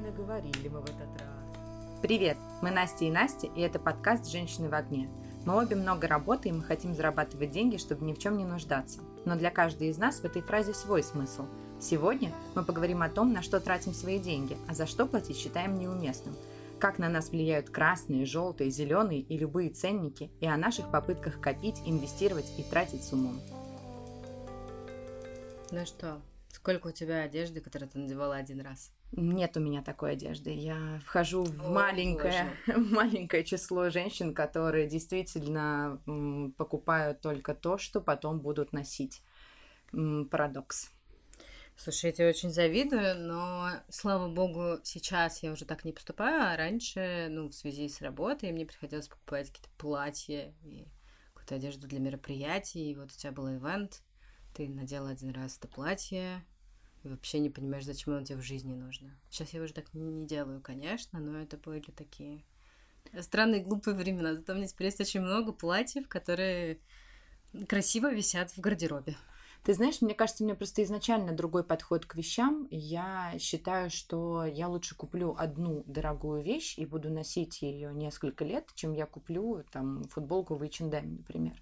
наговорили мы в этот раз. Привет, мы Настя и Настя, и это подкаст «Женщины в огне». Мы обе много работаем и хотим зарабатывать деньги, чтобы ни в чем не нуждаться. Но для каждой из нас в этой фразе свой смысл. Сегодня мы поговорим о том, на что тратим свои деньги, а за что платить считаем неуместным. Как на нас влияют красные, желтые, зеленые и любые ценники, и о наших попытках копить, инвестировать и тратить с умом. Ну что, сколько у тебя одежды, которую ты надевала один раз? Нет у меня такой одежды. Я вхожу в маленькое число женщин, которые действительно покупают только то, что потом будут носить. Парадокс. Слушай, я тебе очень завидую, но, слава богу, сейчас я уже так не поступаю, а раньше, в связи с работой, мне приходилось покупать какие-то платья и какую-то одежду для мероприятий, и вот у тебя был ивент, ты надела один раз это платье, и вообще не понимаешь, зачем оно тебе в жизни нужно. Сейчас я уже так не делаю, конечно, но это были такие странные, глупые времена. Зато у меня теперь есть очень много платьев, которые красиво висят в гардеробе. Ты знаешь, мне кажется, у меня просто изначально другой подход к вещам. Я считаю, что я лучше куплю одну дорогую вещь и буду носить ее несколько лет, чем я куплю футболку в H&M, например.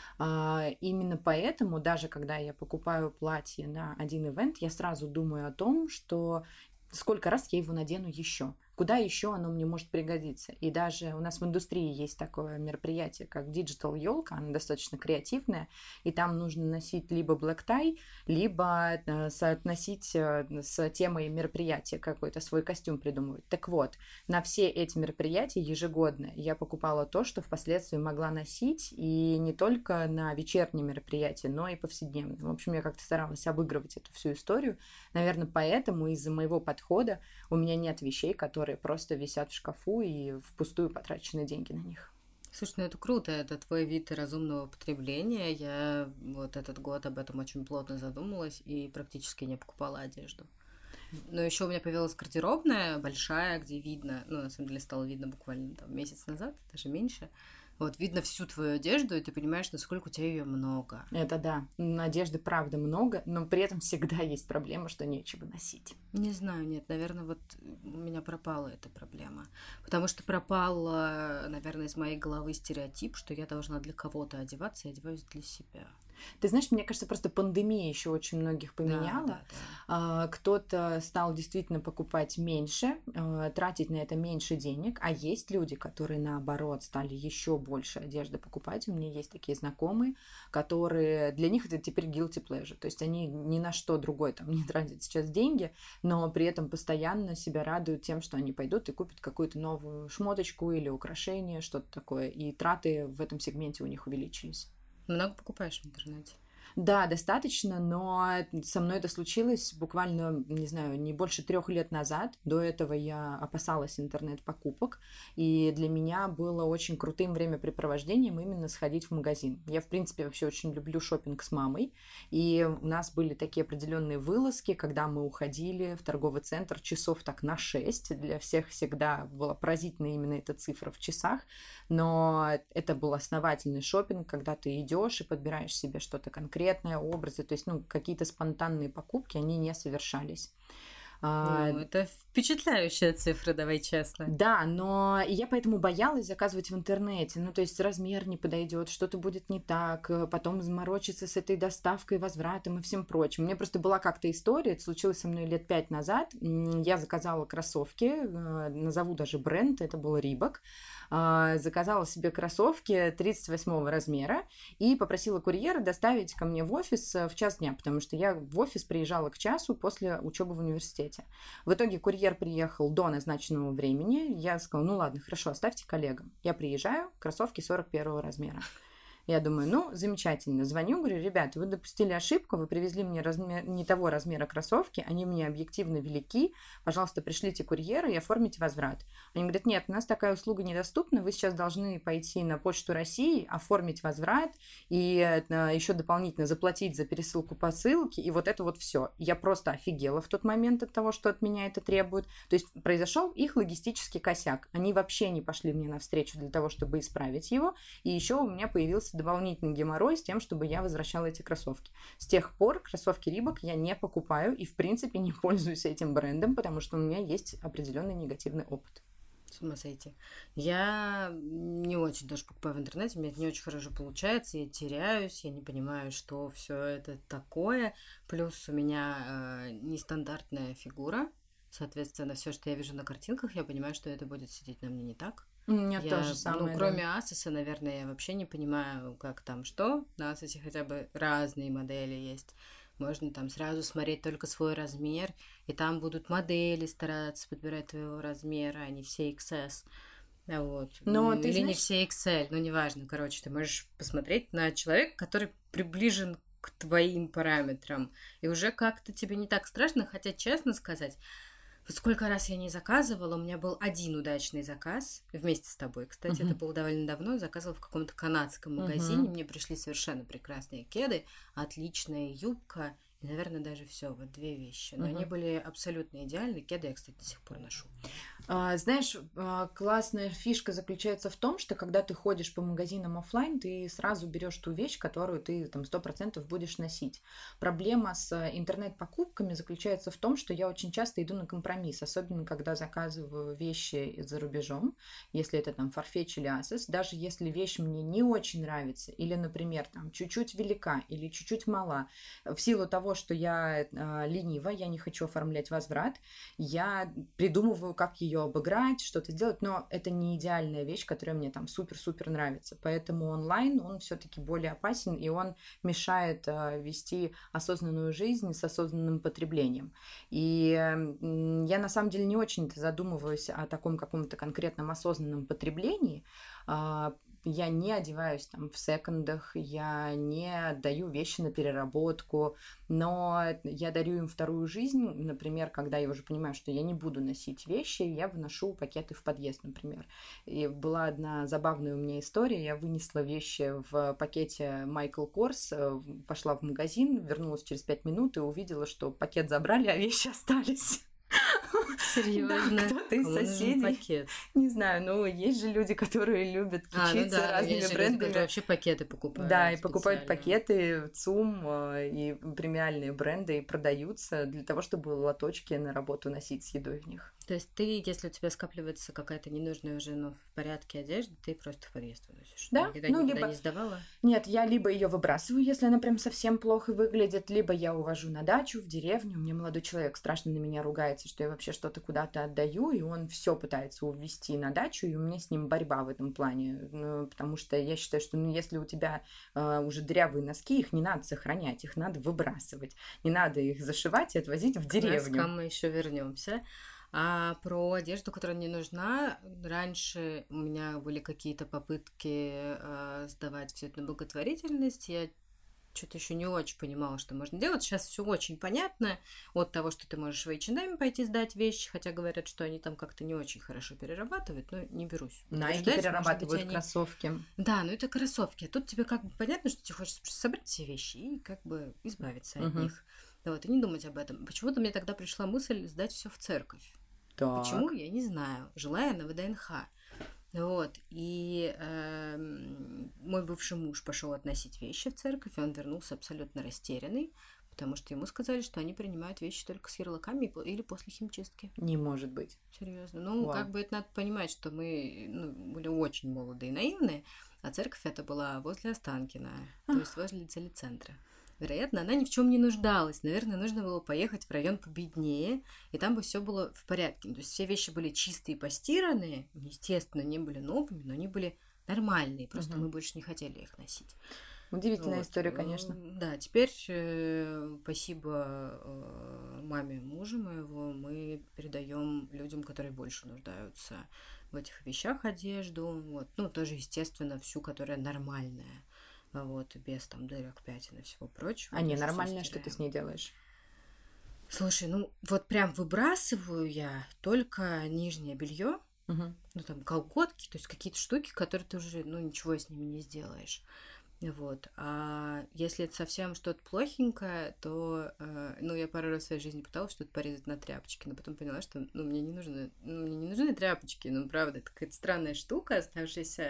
Именно поэтому, даже когда я покупаю платье на один ивент, я сразу думаю о том, что сколько раз я его надену еще. Куда еще оно мне может пригодиться? И даже у нас в индустрии есть такое мероприятие, как Digital елка, она достаточно креативная, и там нужно носить либо black tie, либо соотносить с темой мероприятия, какой-то свой костюм придумывать. Так вот, на все эти мероприятия ежегодно я покупала то, что впоследствии могла носить, и не только на вечерние мероприятия, но и повседневные. В общем, я как-то старалась обыгрывать эту всю историю. Наверное, поэтому из-за моего подхода у меня нет вещей, которые просто висят в шкафу и впустую потрачены деньги на них. Слушай, это круто, это твой вид разумного потребления. Я вот этот год об этом очень плотно задумалась и практически не покупала одежду. Но еще у меня появилась гардеробная большая, где видно, на самом деле стало видно буквально месяц назад, даже меньше. Вот видно всю твою одежду, и ты понимаешь, насколько у тебя ее много. Это да. Одежды, правда, много, но при этом всегда есть проблема, что нечего носить. Не знаю, нет, наверное, вот у меня пропала эта проблема. Потому что пропал, наверное, из моей головы стереотип, что я должна для кого-то одеваться, я одеваюсь для себя. Ты знаешь, мне кажется, просто пандемия еще очень многих поменяла. Да. Кто-то стал действительно покупать меньше, тратить на это меньше денег, а есть люди, которые, наоборот, стали еще больше одежды покупать. У меня есть такие знакомые, которые... Для них это теперь guilty pleasure. То есть они ни на что другое не тратят сейчас деньги, но при этом постоянно себя радуют тем, что они пойдут и купят какую-то новую шмоточку или украшение, что-то такое. И траты в этом сегменте у них увеличились. Много покупаешь в интернете? Да, достаточно, но со мной это случилось буквально, не знаю, не больше 3 лет назад. До этого я опасалась интернет-покупок, и для меня было очень крутым времяпрепровождением именно сходить в магазин. Я, в принципе, вообще очень люблю шопинг с мамой, и у нас были такие определенные вылазки, когда мы уходили в торговый центр часов так на 6. Для всех всегда была поразительна именно эта цифра в часах, но это был основательный шопинг, когда ты идешь и подбираешь себе что-то конкретное, образы, то есть какие-то спонтанные покупки, они не совершались. Это впечатляющая цифра, давай честно. Да, но я поэтому боялась заказывать в интернете. То есть размер не подойдет, что-то будет не так, потом заморочиться с этой доставкой, возвратом и всем прочим. У меня просто была как-то история, это случилось со мной лет 5 назад. Я заказала кроссовки, назову даже бренд, это был Reebok. Заказала себе кроссовки 38 размера и попросила курьера доставить ко мне в офис в час дня, потому что я в офис приезжала к часу после учебы в университете. В итоге курьер приехал до назначенного времени. Я сказала, ладно, хорошо, оставьте коллегам. Я приезжаю, кроссовки 41 размера. Я думаю, замечательно. Звоню, говорю, ребята, вы допустили ошибку, вы привезли мне не того размера кроссовки, они мне объективно велики, пожалуйста, пришлите курьера и оформите возврат. Они говорят, нет, у нас такая услуга недоступна, вы сейчас должны пойти на Почту России, оформить возврат и еще дополнительно заплатить за пересылку посылки, и вот это вот все. Я просто офигела в тот момент от того, что от меня это требуют. То есть произошел их логистический косяк. Они вообще не пошли мне навстречу для того, чтобы исправить его, и еще у меня появился появился дополнительный геморрой с тем, чтобы я возвращала эти кроссовки. С тех пор кроссовки Reebok я не покупаю и, в принципе, не пользуюсь этим брендом, потому что у меня есть определенный негативный опыт. С ума сойти. Я не очень тоже покупаю в интернете, у меня это не очень хорошо получается, я теряюсь, я не понимаю, что все это такое. Плюс у меня нестандартная фигура, соответственно, все, что я вижу на картинках, я понимаю, что это будет сидеть на мне не так. У меня тоже самое. Ну, кроме Asus, наверное, я вообще не понимаю, как там что. На Asus хотя бы разные модели есть. Можно там сразу смотреть только свой размер, и там будут модели стараться подбирать твоего размера, а не все XS. Вот. Но ты или знаешь... не все XL, ну неважно. Короче, ты можешь посмотреть на человека, который приближен к твоим параметрам. И уже как-то тебе не так страшно, хотя, честно сказать, вот сколько раз я не заказывала, у меня был один удачный заказ вместе с тобой. Кстати, это было довольно давно. Заказывала в каком-то канадском магазине. Мне пришли совершенно прекрасные кеды, отличная юбка и, наверное, даже все. Вот 2 вещи. Но они были абсолютно идеальны. Кеды я, кстати, до сих пор ношу. Знаешь, классная фишка заключается в том, что когда ты ходишь по магазинам офлайн, ты сразу берешь ту вещь, которую ты там 100% будешь носить. Проблема с интернет-покупками заключается в том, что я очень часто иду на компромисс, особенно когда заказываю вещи за рубежом, если это там Farfetch или Asos, даже если вещь мне не очень нравится, или, например, там чуть-чуть велика или чуть-чуть мала, в силу того, что я ленива, я не хочу оформлять возврат, я придумываю, как ее обыграть, что-то сделать, но это не идеальная вещь, которая мне там супер-супер нравится. Поэтому онлайн, он все-таки более опасен, и он мешает вести осознанную жизнь с осознанным потреблением. И я на самом деле не очень-то задумываюсь о таком каком-то конкретном осознанном потреблении. Я не одеваюсь там в секондах, я не отдаю вещи на переработку, но я дарю им вторую жизнь. Например, когда я уже понимаю, что я не буду носить вещи, я выношу пакеты в подъезд, например. И была одна забавная у меня история. Я вынесла вещи в пакете Michael Kors, пошла в магазин, вернулась через 5 минут и увидела, что пакет забрали, а вещи остались. Серьезно? Да, кто-то из соседей. Пакет. Не знаю, ну есть же люди, которые любят кичиться разными есть брендами. Люди, которые вообще пакеты покупают. Да, и покупают пакеты, ЦУМ и премиальные бренды и продаются для того, чтобы лоточки на работу носить с едой в них. То есть ты, если у тебя скапливается какая-то ненужная уже, но в порядке одежда, ты просто в подъезд выносишь? Да, никогда либо... не сдавала? Нет, я либо ее выбрасываю, если она прям совсем плохо выглядит, либо я увожу на дачу, в деревню. У меня молодой человек страшно на меня ругается, что я вообще что-то куда-то отдаю, и он все пытается увезти на дачу, и у меня с ним борьба в этом плане, потому что я считаю, что если у тебя уже дырявые носки, их не надо сохранять, их надо выбрасывать, не надо их зашивать и отвозить в деревню. К носкам мы еще вернемся. А про одежду, которая не нужна, раньше у меня были какие-то попытки сдавать все это на благотворительность. Я что-то еще не очень понимала, что можно делать. Сейчас все очень понятно. От того, что ты можешь в H&M пойти сдать вещи, хотя говорят, что они там как-то не очень хорошо перерабатывают, но не берусь. Nike перерабатывают кроссовки. Да, но это кроссовки. А тут тебе как бы понятно, что тебе хочется собрать все вещи и как бы избавиться от них. Вот, и не думать об этом. Почему-то мне тогда пришла мысль сдать все в церковь. Так. Почему? Я не знаю. Жила я на ВДНХ. Вот. И мой бывший муж пошел относить вещи в церковь, и он вернулся абсолютно растерянный, потому что ему сказали, что они принимают вещи только с ярлыками или после химчистки. Не может быть. Серьезно. Ну, как бы это надо понимать, что мы были очень молодые и наивные, а церковь это была возле Останкина, то есть возле телецентра. Вероятно, она ни в чем не нуждалась. Наверное, нужно было поехать в район победнее, и там бы все было в порядке. То есть все вещи были чистые, постиранные, естественно, не были новыми, но они были нормальные. Просто мы больше не хотели их носить. Удивительная история, конечно. Да, теперь спасибо маме мужа моего, мы передаем людям, которые больше нуждаются в этих вещах, одежду. Вот. Ну, тоже, естественно, всю, которая нормальная. Вот, без там дырок, пятен и всего прочего. А не нормальное, что ты с ней делаешь? Слушай, ну вот прям выбрасываю я только нижнее белье, ну там колготки, то есть какие-то штуки, которые ты уже, ну ничего с ними не сделаешь. Вот. А если это совсем что-то плохенькое, то, ну, я пару раз в своей жизни пыталась что-то порезать на тряпочки, но потом поняла, что, мне не нужны тряпочки, ну, правда, это какая-то странная штука, оставшаяся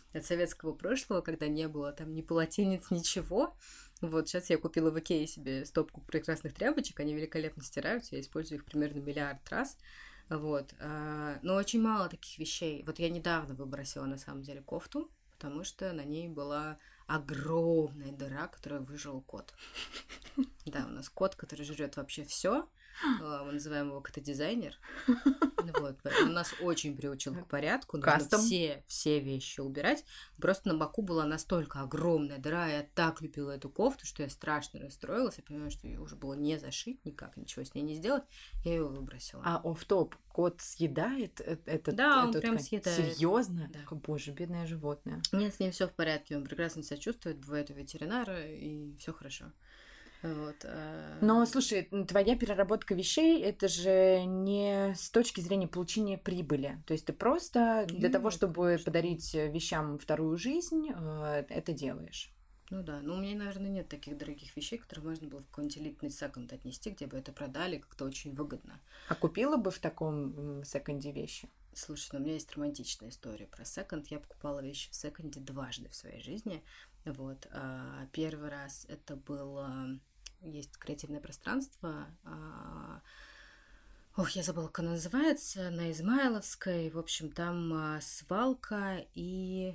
от советского прошлого, когда не было там ни полотенец, ничего. Вот сейчас я купила в Икее себе стопку прекрасных тряпочек, они великолепно стираются, я использую их примерно миллиард раз. Вот. Но очень мало таких вещей. Вот я недавно выбросила, на самом деле, кофту, потому что на ней была огромная дыра, которую выжил кот. Да, у нас кот, который жрет вообще все. Мы называем его котодизайнер. Вот, он нас очень приучил к порядку. Нужно все вещи убирать. Просто на боку была настолько огромная дыра. Я так любила эту кофту, что я страшно расстроилась. Я понимаю, что ее уже было не зашить никак, ничего с ней не сделать. Я ее выбросила. А офф-топ, кот съедает этот? Да, он прям съедает. Серьезно? Да. Боже, бедное животное. Нет, с ним все в порядке. Он прекрасно себя чувствует, бывает у ветеринара, и все хорошо. Вот. Но, слушай, твоя переработка вещей, это же не с точки зрения получения прибыли. То есть ты просто для того, чтобы подарить вещам вторую жизнь, это делаешь. Ну да, но у меня, наверное, нет таких дорогих вещей, которые можно было в какой-нибудь элитный секонд отнести, где бы это продали как-то очень выгодно. А купила бы в таком секонде вещи? Слушай, ну у меня есть романтичная история про секонд. Я покупала вещи в секонде дважды в своей жизни. Вот. Первый раз это было... Есть креативное пространство. Я забыла, как оно называется. На Измайловской. В общем, там свалка, и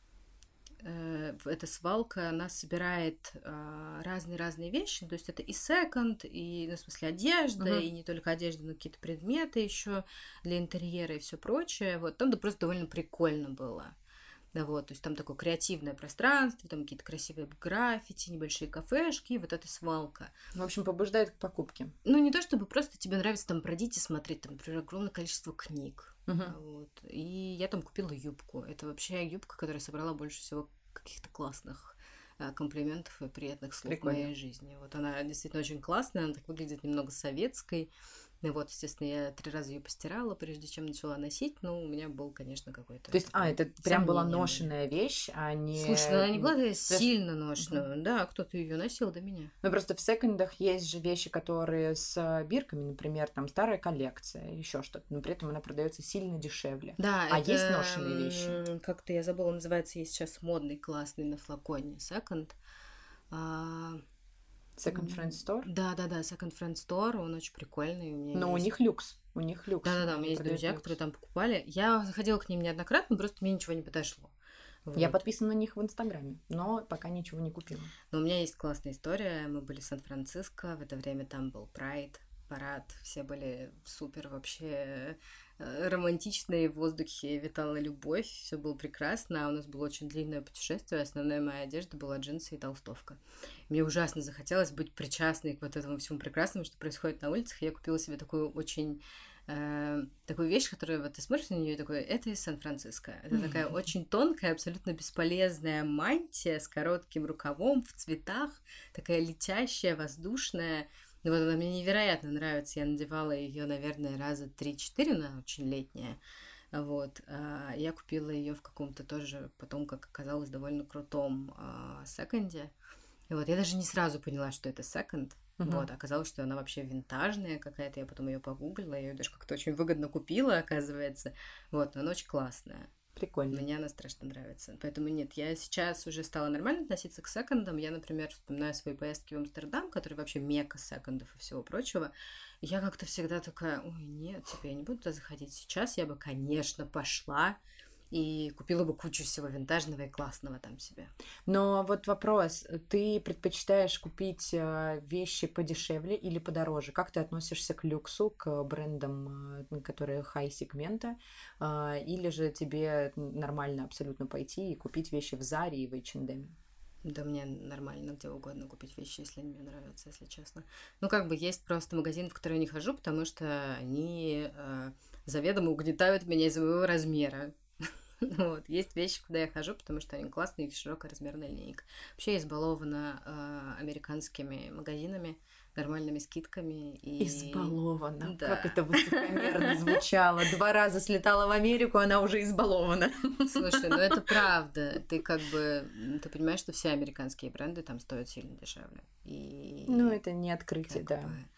эта свалка, она собирает разные-разные вещи. То есть это и секонд, и, ну, в смысле, одежда, и не только одежда, но какие-то предметы еще для интерьера и все прочее. Вот там просто довольно прикольно было. Да, вот, то есть там такое креативное пространство, там какие-то красивые граффити, небольшие кафешки, и вот эта свалка. В общем, побуждает к покупке. Ну, не то чтобы просто тебе нравится там бродить и смотреть, там, например, огромное количество книг. Вот. И я там купила юбку. Это вообще юбка, которая собрала больше всего каких-то классных комплиментов и приятных слов в моей жизни. Вот она действительно очень классная, она так выглядит немного советской. И вот, естественно, я 3 раза ее постирала, прежде чем начала носить, но у меня был, конечно, какой-то... То есть, это прям была ношенная вещь, а не... Слушай, она не была сильно ношенная. Да, кто-то ее носил до меня. Ну, просто в секондах есть же вещи, которые с бирками, например, там старая коллекция, еще что-то, но при этом она продается сильно дешевле. Да, а есть ношенные вещи. Как-то я забыла, называется, есть сейчас модный, классный на флаконе секонд. Second Friend Store? Да, Second Friend Store, он очень прикольный. Но у них люкс. У них люкс. Да, у меня есть друзья, которые там покупали. Я заходила к ним неоднократно, просто мне ничего не подошло. Вот. Я подписана на них в Инстаграме, но пока ничего не купила. Но у меня есть классная история. Мы были в Сан-Франциско, в это время там был Прайд, парад, все были супер вообще романтичные, в воздухе витала любовь, все было прекрасно, а у нас было очень длинное путешествие, основная моя одежда была джинсы и толстовка. Мне ужасно захотелось быть причастной к вот этому всему прекрасному, что происходит на улицах, и я купила себе такую очень... такую вещь, которую вот ты смотришь на нее и такой, это из Сан-Франциско. Это такая очень тонкая, абсолютно бесполезная мантия с коротким рукавом в цветах, такая летящая, воздушная. Вот она мне невероятно нравится. Я надевала ее, наверное, раза 3-4, она очень летняя. Вот. Я купила ее в каком-то тоже, потом, как оказалось, довольно крутом секонде. И вот я даже не сразу поняла, что это секонд. Вот, оказалось, что она вообще винтажная какая-то. Я потом ее погуглила, я ее даже как-то очень выгодно купила, оказывается. Вот, но она очень классная. Прикольно. Мне она страшно нравится. Поэтому нет, я сейчас уже стала нормально относиться к секондам. Я, например, вспоминаю свои поездки в Амстердам, который вообще мекка секондов и всего прочего. Я как-то всегда такая, ой, нет, я не буду туда заходить. Сейчас я бы, конечно, пошла и купила бы кучу всего винтажного и классного там себе. Но вот вопрос, ты предпочитаешь купить вещи подешевле или подороже? Как ты относишься к люксу, к брендам, которые хай-сегмента? Или же тебе нормально абсолютно пойти и купить вещи в Заре и в H&M? Да мне нормально где угодно купить вещи, если они мне нравятся, если честно. Ну, как бы есть просто магазин, в который я не хожу, потому что они заведомо угнетают меня из-за моего размера. Вот. Есть вещи, куда я хожу, потому что они классные, их широкая размерная линейка. Вообще я избалована американскими магазинами, нормальными скидками. Избалована. Да. Как это высокомерно звучало. 2 раза слетала в Америку, она уже избалована. Слушай, ну это правда. Ты ты понимаешь, что все американские бренды там стоят сильно дешевле. Ну, это не открытие, да.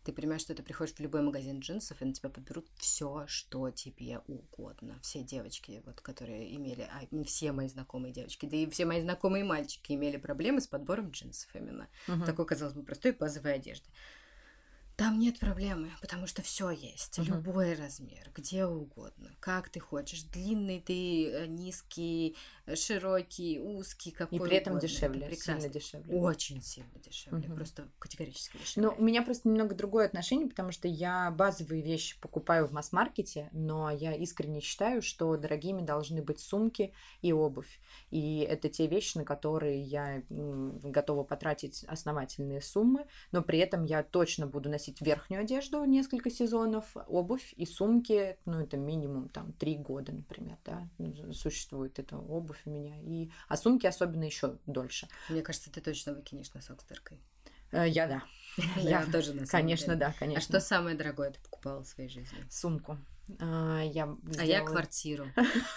ты понимаешь, что ты приходишь в любой магазин джинсов, и на тебя подберут все, что тебе угодно. Все девочки, вот, которые имели, не все мои знакомые девочки, да и все мои знакомые мальчики имели проблемы с подбором джинсов именно. Такой, казалось бы, простой базовой одежды. Там нет проблемы, потому что все есть, любой размер, где угодно, как ты хочешь, длинный ты, низкий, широкий, узкий, какой угодно. И при этом дешевле, сильно дешевле. Очень сильно дешевле, просто категорически дешевле. Ну, у меня просто немного другое отношение, потому что я базовые вещи покупаю в масс-маркете, но я искренне считаю, что дорогими должны быть сумки и обувь. И это те вещи, на которые я готова потратить основательные суммы, но при этом я точно буду носить верхнюю одежду несколько сезонов, обувь и сумки, ну, это минимум там 3 года, например, да, существует эта обувь у меня, а сумки особенно еще дольше. Мне кажется, ты точно выкинешь носок с дыркой. Я да. Я тоже на самом Конечно, деле. да, конечно. А что самое дорогое ты покупала в своей жизни? Сумку. Я квартиру.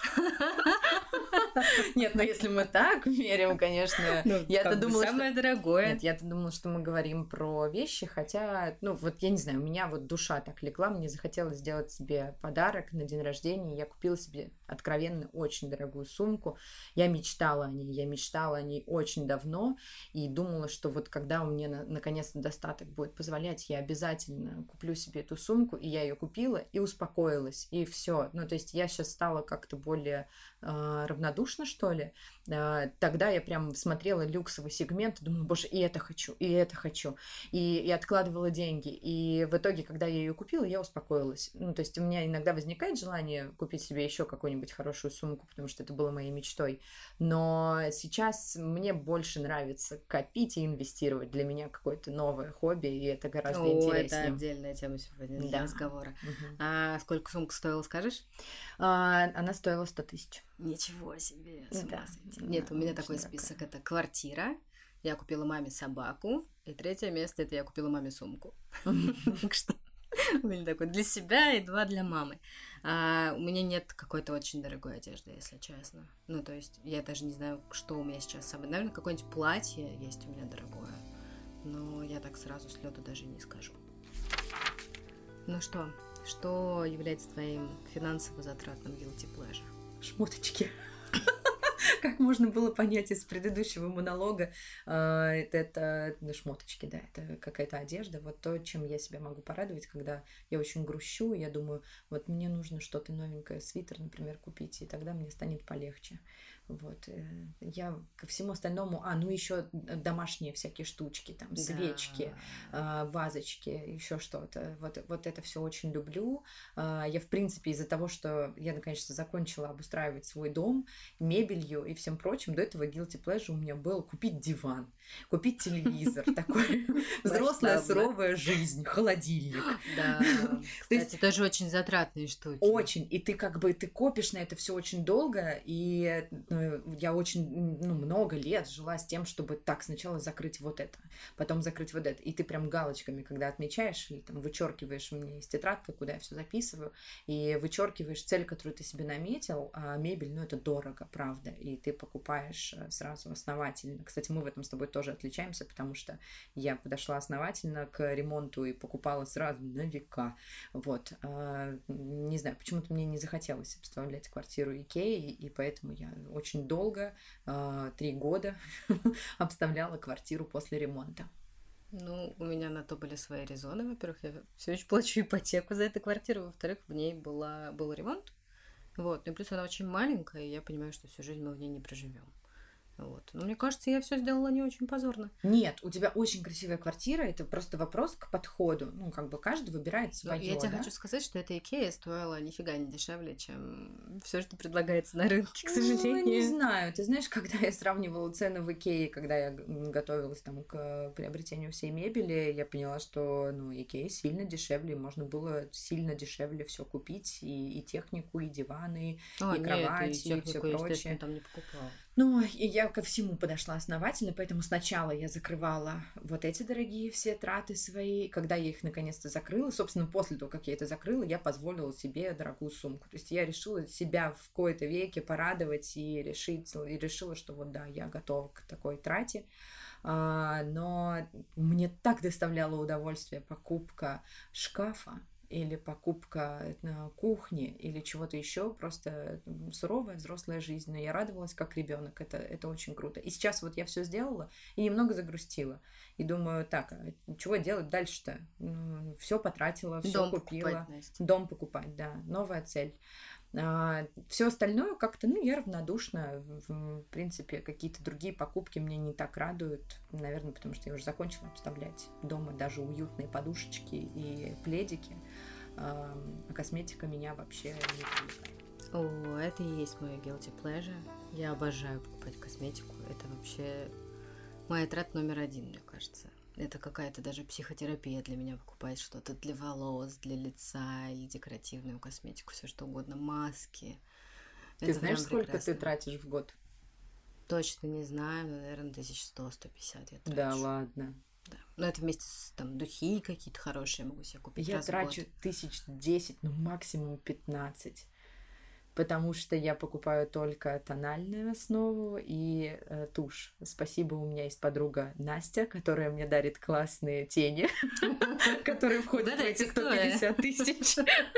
Нет, но если мы так меряем, конечно, я-то думала, самое дорогое. Нет, я-то думала, что мы говорим про вещи, хотя, ну, вот я не знаю, у меня вот душа так легла, мне захотелось сделать себе подарок на день рождения, я купила себе откровенно очень дорогую сумку, я мечтала о ней очень давно, и думала, что вот когда у меня наконец-то достаток будет позволять, я обязательно куплю себе эту сумку, и я ее купила, и успокоилась, и все. Ну, то есть я сейчас стала как-то более равнодушна, что ли. Тогда я прям смотрела люксовый сегмент, думала, боже, и это хочу, и откладывала деньги. И в итоге, когда я ее купила, я успокоилась. Ну, то есть у меня иногда возникает желание купить себе еще какую-нибудь хорошую сумку, потому что это было моей мечтой. Но сейчас мне больше нравится копить и инвестировать. Для меня какое-то новое хобби, и это гораздо интереснее. Это отдельная тема сегодня для разговора. А сколько сумка стоила, скажешь? Она стоила 100 тысяч. Ничего себе, с ума сойти. Нет, у меня такой список. Это квартира, я купила маме собаку, и 3 место — это я купила маме сумку. Так что у меня такой для себя и 2 для мамы. У меня нет какой-то очень дорогой одежды, если честно. Ну, то есть я даже не знаю, что у меня сейчас самое. Наверное, какое-нибудь платье есть у меня дорогое, но я так сразу с лёту даже не скажу. Ну что является твоим финансово затратным guilty pleasure? Шмоточки. Как можно было понять из предыдущего монолога, это шмоточки, да, это какая-то одежда, вот то, чем я себя могу порадовать, когда я очень грущу, я думаю, вот мне нужно что-то новенькое, свитер, например, купить, и тогда мне станет полегче. Вот. Я ко всему остальному... ну еще домашние всякие штучки, там, свечки, вазочки, еще что-то. Вот это все очень люблю. Я, в принципе, из-за того, что я, наконец-то, закончила обустраивать свой дом мебелью и всем прочим, до этого guilty pleasure у меня был купить диван, купить телевизор, такой взрослая суровая жизнь, холодильник. Да, кстати, тоже очень затратные штуки. Очень. И ты копишь на это все очень долго, и я очень много лет жила с тем, чтобы так сначала закрыть вот это, потом закрыть вот это. И ты прям галочками, когда отмечаешь, или там вычеркиваешь, у меня есть тетрадка, куда я все записываю, и вычеркиваешь цель, которую ты себе наметил, а мебель, это дорого, правда, и ты покупаешь сразу основательно. Кстати, мы в этом с тобой тоже отличаемся, потому что я подошла основательно к ремонту и покупала сразу на века. Вот. Не знаю, почему-то мне не захотелось обставлять квартиру Икеи, и поэтому я очень долго, 3 года, обставляла квартиру после ремонта. Ну, у меня на то были свои резоны. Во-первых, я все еще плачу ипотеку за эту квартиру. Во-вторых, в ней был ремонт. Вот. Ну и плюс она очень маленькая, и я понимаю, что всю жизнь мы в ней не проживем. Вот. Но мне кажется, я все сделала не очень позорно. Нет, у тебя очень красивая квартира, это просто вопрос к подходу. Каждый выбирает свое. Я тебе хочу сказать, что эта Икея стоила нифига не дешевле, чем все, что предлагается на рынке, к сожалению. Не знаю. Ты знаешь, когда я сравнивала цены в Икее, когда я готовилась к приобретению всей мебели, я поняла, что Икея сильно дешевле, можно было сильно дешевле все купить, и технику, и диваны, и кровати, и все прочее. Там не покупала. Ну, и я ко всему подошла основательно, поэтому сначала я закрывала вот эти дорогие все траты свои. Когда я их наконец-то закрыла, собственно, после того, как я это закрыла, я позволила себе дорогую сумку. То есть я решила себя в кои-то веки порадовать и решила, что вот да, я готова к такой трате. Но мне так доставляло удовольствие покупка шкафа или покупка кухни или чего-то еще, просто суровая взрослая жизнь, но я радовалась как ребенок, это очень круто. И сейчас вот я все сделала и немного загрустила. И думаю, так, чего делать дальше-то? Все потратила, все купила. Дом покупать, да, новая цель. Все остальное как-то, я равнодушна. В принципе, какие-то другие покупки меня не так радуют. Наверное, потому что я уже закончила обставлять дома даже уютные подушечки и пледики. А косметика меня вообще не привлекает. О, это и есть мой guilty pleasure. Я обожаю покупать косметику. Это вообще моя трата номер 1, мне кажется. Это какая-то даже психотерапия для меня, покупать что-то для волос, для лица или декоративную косметику, все что угодно, маски. Ты знаешь, сколько ты тратишь в год? Точно не знаю, наверное, 1100-150 я трачу. Да, ладно. Да. Но это вместе с духи какие-то хорошие могу себе купить. Я трачу 1010, максимум 15. Потому что я покупаю только тональную основу и тушь. Спасибо, у меня есть подруга Настя, которая мне дарит классные тени, которые входят в эти 150 тысяч.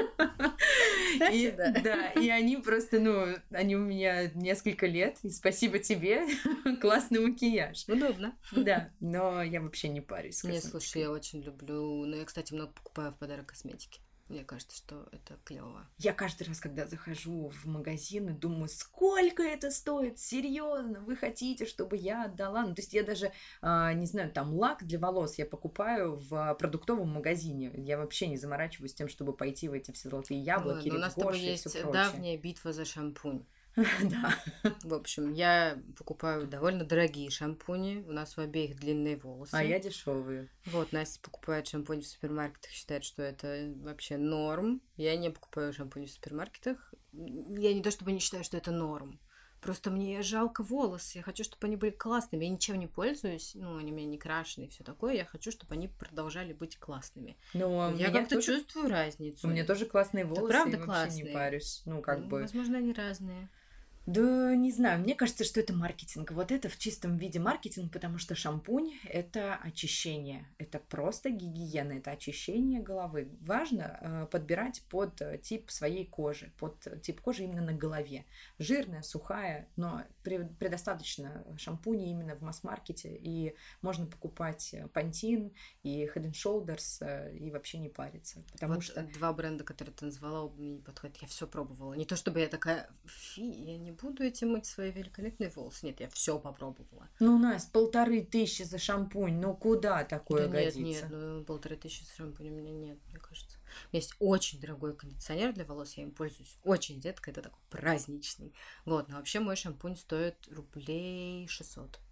Да, и они просто, они у меня несколько лет, и спасибо тебе, классный макияж. Удобно. Да, но я вообще не парюсь. Не, слушай, я очень люблю, я, кстати, много покупаю в подарок косметики. Мне кажется, что это клево. Я каждый раз, когда захожу в магазин и думаю, сколько это стоит, серьезно, вы хотите, чтобы я отдала? То есть я даже, не знаю, там лак для волос я покупаю в продуктовом магазине. Я вообще не заморачиваюсь тем, чтобы пойти в эти все золотые яблоки или в Гош и все прочее. У нас с тобой есть давняя битва за шампунь. Да. В общем, я покупаю довольно дорогие шампуни. У нас у обеих длинные волосы. А я дешевые. Вот, Настя покупает шампунь в супермаркетах, считает, что это вообще норм. Я не покупаю шампунь в супермаркетах. Я не то чтобы не считаю, что это норм. Просто мне жалко волосы. Я хочу, чтобы они были классными. Я ничем не пользуюсь. Они у меня не крашены и все такое. Я хочу, чтобы они продолжали быть классными. Я как-то чувствую разницу. У меня тоже классные волосы. Это правда и классные. Вообще не парюсь. Возможно, они разные. Да, не знаю, мне кажется, что это маркетинг. Вот это в чистом виде маркетинг, потому что шампунь – это очищение. Это просто гигиена, это очищение головы. Важно подбирать под тип своей кожи, под тип кожи именно на голове. Жирная, сухая, но предостаточно шампуней именно в масс-маркете. И можно покупать Pantene и Head & Shoulders и вообще не париться. Потому что 2 бренда, которые ты назвала, мне не подходят. Я все пробовала. Не то чтобы я такая, я не буду этим мыть свои великолепные волосы. Нет, я все попробовала. Настя, 1500 за шампунь. куда такое годится? Нет, 1500 за шампунь у меня нет, мне кажется. У меня есть очень дорогой кондиционер для волос, я им пользуюсь очень редко, это такой праздничный. Но вообще мой шампунь стоит рублей 600.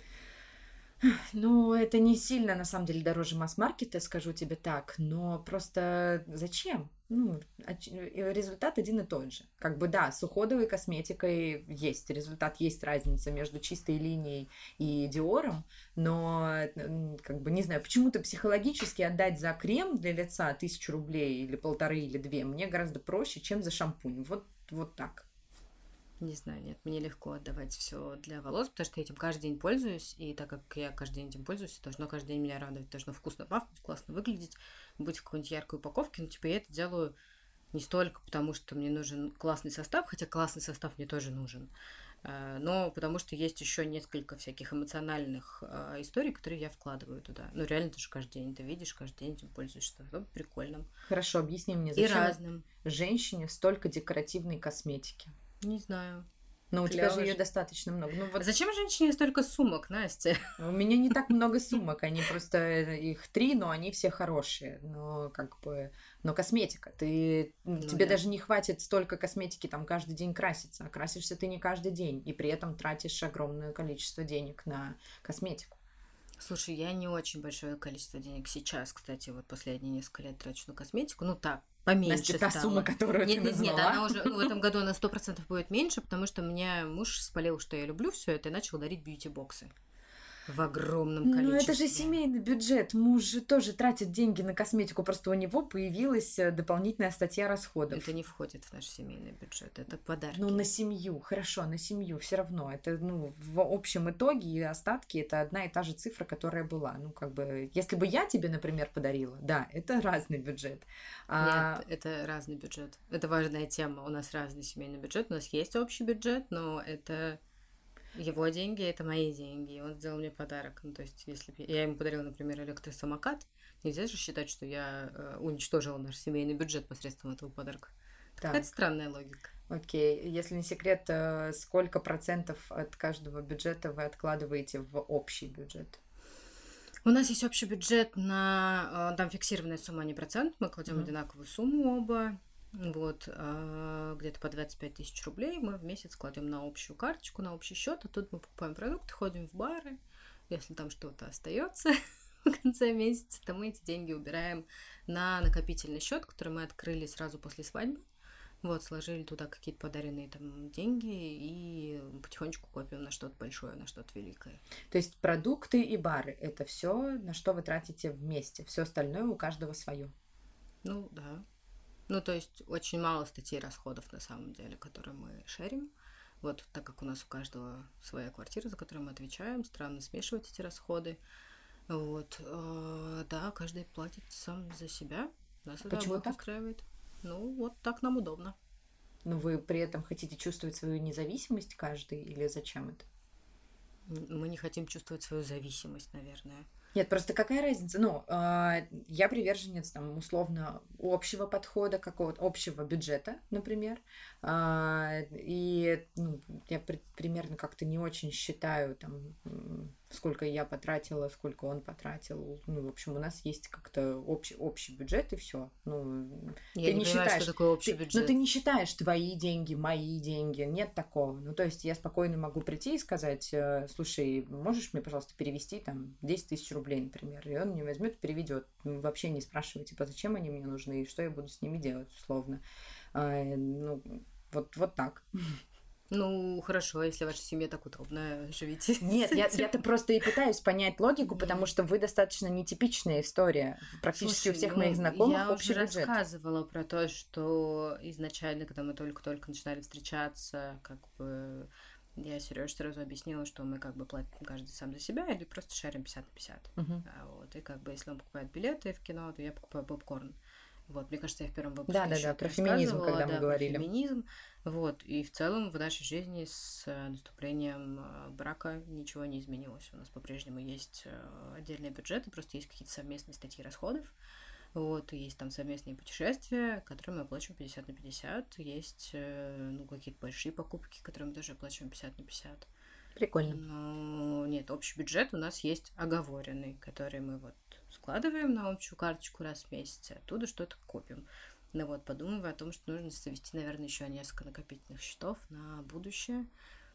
Это не сильно, на самом деле, дороже масс-маркета, скажу тебе так, но просто зачем? Результат один и тот же. Да, с уходовой косметикой есть результат, есть разница между чистой линией и Диором, но, не знаю, почему-то психологически отдать за крем для лица 1000 рублей или 1500 или 2 мне гораздо проще, чем за шампунь. Вот так. Не знаю, нет, мне легко отдавать все для волос, потому что я этим каждый день пользуюсь, и так как я каждый день этим пользуюсь, должно каждый день меня радовать, должно вкусно пахнуть, классно выглядеть, быть в какой-нибудь яркой упаковке, я это делаю не столько потому, что мне нужен классный состав, хотя классный состав мне тоже нужен, но потому что есть еще несколько всяких эмоциональных историй, которые я вкладываю туда. Реально, ты же каждый день это видишь, каждый день этим пользуешься. Это прикольно. Хорошо, объясни мне, зачем женщине столько декоративной косметики? Не знаю. Но у тебя же ее достаточно много. Зачем женщине столько сумок, Настя? У меня не так много сумок, они просто их 3, но они все хорошие. Но косметика. Тебе даже не хватит столько косметики там каждый день краситься. А красишься ты не каждый день. И при этом тратишь огромное количество денег на косметику. Слушай, я не очень большое количество денег сейчас, кстати, последние несколько лет трачу на косметику. поменьше Настя, та стала. сумма, которую ты Нет, назвала. она уже в этом году на 100% будет меньше, потому что мне муж спалил, что я люблю все это, и начал дарить бьюти-боксы в огромном количестве. Ну, это же семейный бюджет. Муж же тоже тратит деньги на косметику, просто у него появилась дополнительная статья расходов. Это не входит в наш семейный бюджет, это подарки. Ну, на семью, хорошо, на семью все равно. Это, ну, в общем итоге и остатки это одна и та же цифра, которая была. Ну, как бы, если бы я тебе, например, подарила, да, это разный бюджет. Нет, это разный бюджет. Это важная тема. У нас разный семейный бюджет. У нас есть общий бюджет, но это его деньги, это мои деньги. И он сделал мне подарок. Ну, то есть, если бы я ему подарила, например, электросамокат, нельзя же считать, что я уничтожила наш семейный бюджет посредством этого подарка. Какая-то странная логика. Окей. Если не секрет, сколько процентов от каждого бюджета вы откладываете в общий бюджет? У нас есть общий бюджет там фиксированная сумма, а не процент. Мы кладем одинаковую сумму оба. Вот, где-то по 25 тысяч рублей мы в месяц кладем на общую карточку, на общий счет, а тут мы покупаем продукты, ходим в бары. Если там что-то остается в конце месяца, то мы эти деньги убираем на накопительный счет, который мы открыли сразу после свадьбы. Вот, сложили туда какие-то подаренные там деньги и потихонечку копим на что-то большое, на что-то великое. То есть продукты и бары – это все, на что вы тратите вместе. Все остальное у каждого свое. Ну, да. Ну, то есть очень мало статей расходов на самом деле, которые мы шерим. Вот, так как у нас у каждого своя квартира, за которую мы отвечаем, странно смешивать эти расходы. Вот, да, каждый платит сам за себя. Нас это обоих устраивает. Ну, вот так нам удобно. Но вы при этом хотите чувствовать свою независимость каждый или зачем это? Мы не хотим чувствовать свою зависимость, наверное. Нет, просто какая разница? Ну, я приверженец, там, условно, общего подхода, какого-то общего бюджета, например. И я примерно как-то не очень считаю, там, сколько я потратила, сколько он потратил. Ну, в общем, у нас есть как-то общий бюджет, и все. Ну, я не понимаю, что такое общий бюджет. Но ты не считаешь твои деньги, мои деньги. Нет такого. Ну, то есть я спокойно могу прийти и сказать: слушай, можешь мне, пожалуйста, перевести там 10 тысяч рублей, например. И он мне возьмет и переведет. Вообще не спрашивай, типа, зачем они мне нужны и что я буду с ними делать, условно. Ну, вот так. Ну, хорошо, если ваша семья так удобно, живите. Нет, я-то просто и пытаюсь понять логику, потому что вы достаточно нетипичная история. Практически у всех моих знакомых общий бюджет. Я уже рассказывала про то, что изначально, когда мы только-только начинали встречаться, как бы я Серёже сразу объяснила, что мы как бы платим каждый сам за себя или просто шарим 50 на 50. Вот, и как бы если он покупает билеты в кино, то я покупаю попкорн. Вот, мне кажется, я в первом выпуске да, про феминизм, когда мы говорили. Про феминизм. Вот, и в целом в нашей жизни с наступлением брака ничего не изменилось. У нас по-прежнему есть отдельные бюджеты, просто есть какие-то совместные статьи расходов. Вот, есть там совместные путешествия, которые мы оплачиваем 50 на 50. Есть, какие-то большие покупки, которые мы тоже оплачиваем 50 на 50. Прикольно. Но нет, общий бюджет у нас есть оговоренный, который мы вот складываем на общую карточку раз в месяц, оттуда что-то копим. Ну вот, подумываю о том, что нужно завести, наверное, еще несколько накопительных счетов на будущее.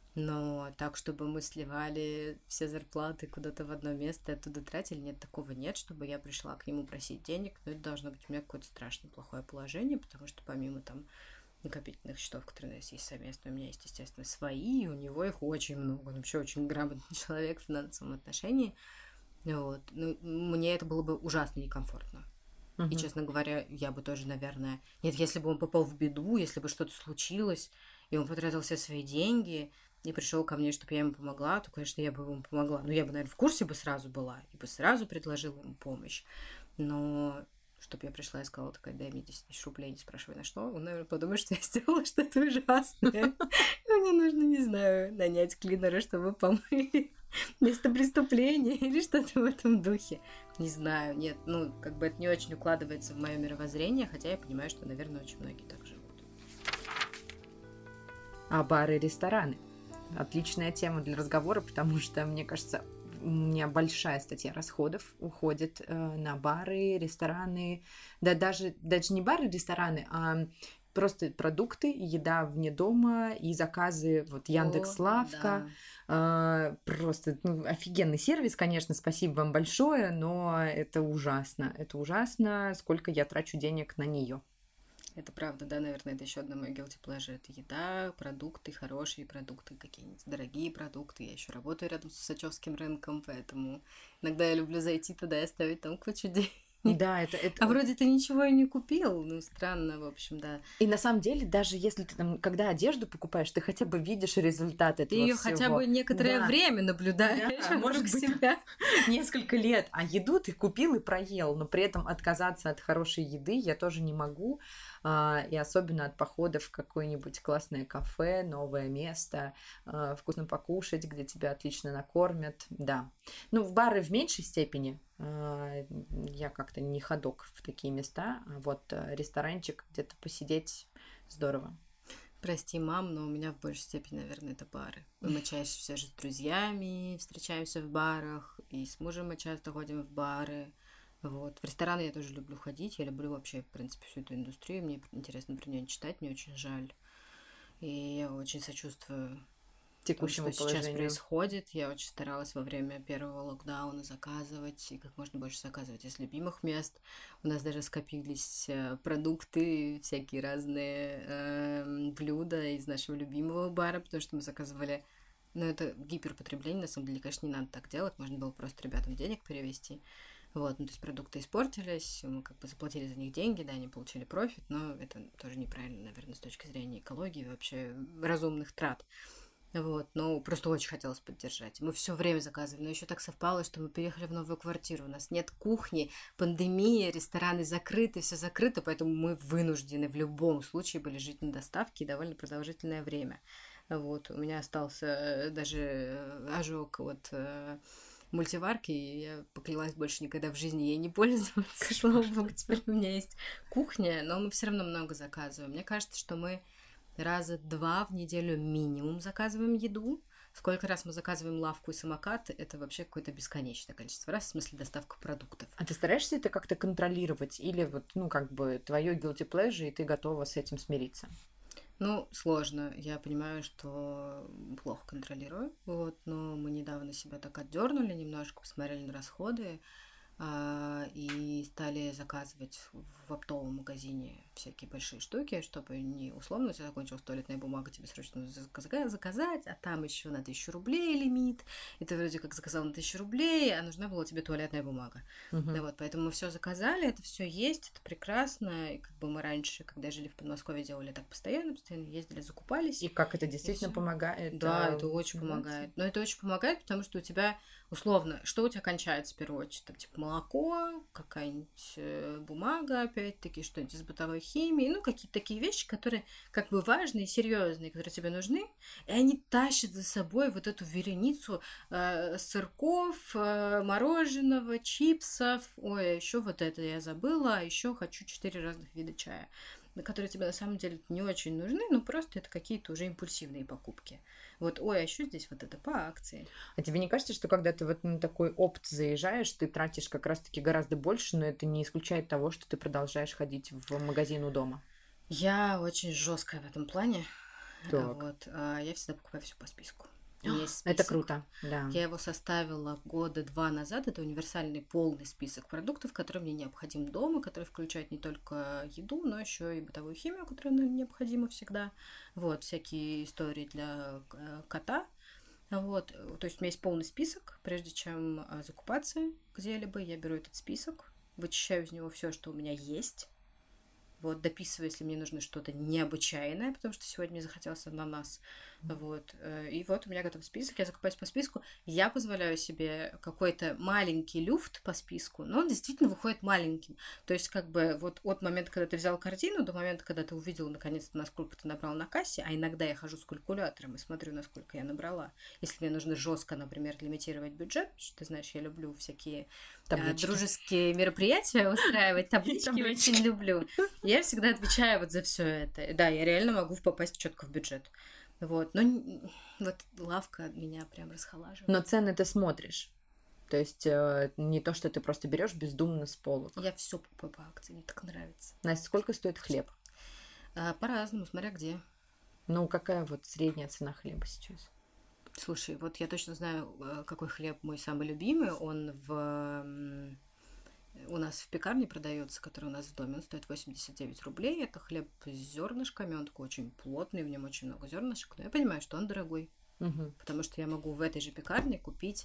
Но так, чтобы мы сливали все зарплаты куда-то в одно место и оттуда тратили, нет, такого нет, чтобы я пришла к нему просить денег. Но это должно быть у меня какое-то страшно плохое положение, потому что помимо там накопительных счетов, которые у нас есть совместно, у меня есть, естественно, свои, и у него их очень много. Он вообще очень грамотный человек в финансовом отношении. Вот. Ну, мне это было бы ужасно некомфортно. И, честно говоря, я бы тоже, наверное... Нет, если бы он попал в беду, если бы что-то случилось, и он потратил все свои деньги, и пришел ко мне, чтобы я ему помогла, то, конечно, я бы ему помогла. Ну, я бы, наверное, в курсе бы сразу была, и бы сразу предложила ему помощь. Но чтобы я пришла и сказала, такая, дай мне 10 тысяч рублей, не спрашивай на что, он, наверное, подумает, что я сделала что-то ужасное. Мне нужно, не знаю, нанять клинера, чтобы помыли место преступления или что-то в этом духе. Не знаю, нет, как бы это не очень укладывается в мое мировоззрение, хотя я понимаю, что, наверное, очень многие так живут. А бары и рестораны? Отличная тема для разговора, потому что, мне кажется, у меня большая статья расходов уходит на бары, рестораны, да даже не бары, рестораны, а просто продукты, еда вне дома и заказы, вот Яндекс.Лавка. Да. Просто офигенный сервис, конечно, спасибо вам большое, но это ужасно. Это ужасно, сколько я трачу денег на нее. Это правда, да, наверное, это еще одно мое guilty pleasure. Это еда, продукты, хорошие продукты, какие-нибудь дорогие продукты. Я еще работаю рядом с Усачевским рынком, поэтому иногда я люблю зайти туда и оставить там кучу денег. Да, это... А вроде ты ничего и не купил. Ну, странно, в общем, да. И на самом деле, даже если ты там, когда одежду покупаешь, ты хотя бы видишь результат этого Ты ее всего. хотя бы некоторое время наблюдаешь, да, может быть, себя. несколько лет. А еду ты купил и проел, но при этом отказаться от хорошей еды я тоже не могу. И особенно от походов в какое-нибудь классное кафе, новое место, вкусно покушать, где тебя отлично накормят. Да. Ну, в бары в меньшей степени. Я как-то не ходок в такие места. А вот ресторанчик, где-то посидеть здорово. Прости, мам, но у меня в большей степени, наверное, это бары. Мы чаще все же с друзьями встречаемся в барах, и с мужем мы часто ходим в бары. Вот. В рестораны я тоже люблю ходить, я люблю вообще, в принципе, всю эту индустрию, мне интересно про нее читать, мне очень жаль. И я очень сочувствую Текущему что положению. Сейчас происходит. Я очень старалась во время первого локдауна заказывать и как можно больше заказывать из любимых мест. У нас даже скопились продукты, всякие разные блюда из нашего любимого бара, потому что мы заказывали. Ну, это гиперпотребление, на самом деле, конечно, не надо так делать. Можно было просто ребятам денег перевести. Вот, ну, то есть продукты испортились, мы как бы заплатили за них деньги, да, они получили профит, но это тоже неправильно, наверное, с точки зрения экологии и вообще разумных трат. Вот, ну, просто очень хотелось поддержать. Мы все время заказывали, но еще так совпало, что мы переехали в новую квартиру. У нас нет кухни, пандемия, рестораны закрыты, все закрыто, поэтому мы вынуждены в любом случае были жить на доставке довольно продолжительное время. Вот, у меня остался даже ожог от мультиварки, и я поклялась больше никогда в жизни ей не пользоваться. Слава богу, теперь у меня есть кухня, но мы все равно много заказываем. Мне кажется, что мы раза 2 в неделю минимум заказываем еду. Сколько раз мы заказываем лавку и самокат, это вообще какое-то бесконечное количество раз, в смысле доставка продуктов. А ты стараешься это как-то контролировать? Или вот, ну, как бы твое guilty pleasure, и ты готова с этим смириться? Ну, сложно. Я понимаю, что плохо контролирую. Вот, но мы недавно себя так отдернули, немножко посмотрели на расходы и стали заказывать в оптовом магазине всякие большие штуки, чтобы не условно у тебя закончилась туалетная бумага, тебе срочно нужно заказать, а там еще на 1000 рублей лимит, и ты вроде как заказал на 1000 рублей, а нужна была тебе туалетная бумага. Да, вот, поэтому мы все заказали, это все есть, это прекрасно, и как бы мы раньше, когда жили в Подмосковье, делали так постоянно ездили, закупались. И как это действительно помогает? Да, это очень помогает. Но это очень помогает, потому что у тебя условно, что у тебя кончается в первую очередь? Там, типа, молоко, какая-нибудь бумага, опять-таки, что-нибудь из бытовой химии, ну, какие-то такие вещи, которые как бы важные, серьезные, которые тебе нужны, и они тащат за собой вот эту вереницу сырков, мороженого, чипсов, ой, а еще вот это я забыла, а еще хочу 4 разных вида чая, которые тебе на самом деле не очень нужны, но просто это какие-то уже импульсивные покупки. Вот, ой, а еще здесь вот это по акции. А тебе не кажется, что когда ты вот на такой опт заезжаешь, ты тратишь как раз-таки гораздо больше, но это не исключает того, что ты продолжаешь ходить в магазин у дома? Я очень жесткая в этом плане. Так. Вот, я всегда покупаю все по списку. Это круто, да. Я его составила 2 года назад. Это универсальный полный список продуктов, которые мне необходим дома, который включает не только еду, но еще и бытовую химию, которая необходима всегда. Вот, всякие истории для кота. Вот, то есть у меня есть полный список. Прежде чем закупаться где-либо, я беру этот список, вычищаю из него все, что у меня есть. Вот, дописываю, если мне нужно что-то необычайное, потому что сегодня мне захотелось ананас. Вот. И вот у меня готов список, я закупаюсь по списку. Я позволяю себе какой-то маленький люфт по списку, но он действительно выходит маленьким. То есть, как бы, вот от момента, когда ты взял корзину, до момента, когда ты увидел, наконец-то, насколько ты набрал на кассе, а иногда я хожу с калькулятором и смотрю, насколько я набрала. Если мне нужно жестко, например, лимитировать бюджет, потому что, ты знаешь, я люблю всякие дружеские мероприятия устраивать, таблички очень люблю. Я всегда отвечаю вот за все это. Да, я реально могу попасть четко в бюджет. Вот, но вот лавка меня прям расхолаживает. Но цены ты смотришь. То есть не то, что ты просто берешь бездумно с полок. Я все покупаю по акции, мне так нравится. Настя, сколько стоит хлеб? По-разному, смотря где. Ну, какая вот средняя цена хлеба сейчас? Слушай, вот я точно знаю, какой хлеб мой самый любимый. Он в у нас в пекарне продается, который у нас в доме, он стоит 89 рублей. Это хлеб с зернышками, он такой очень плотный, в нем очень много зернышек, но я понимаю, что он дорогой, потому что я могу в этой же пекарне купить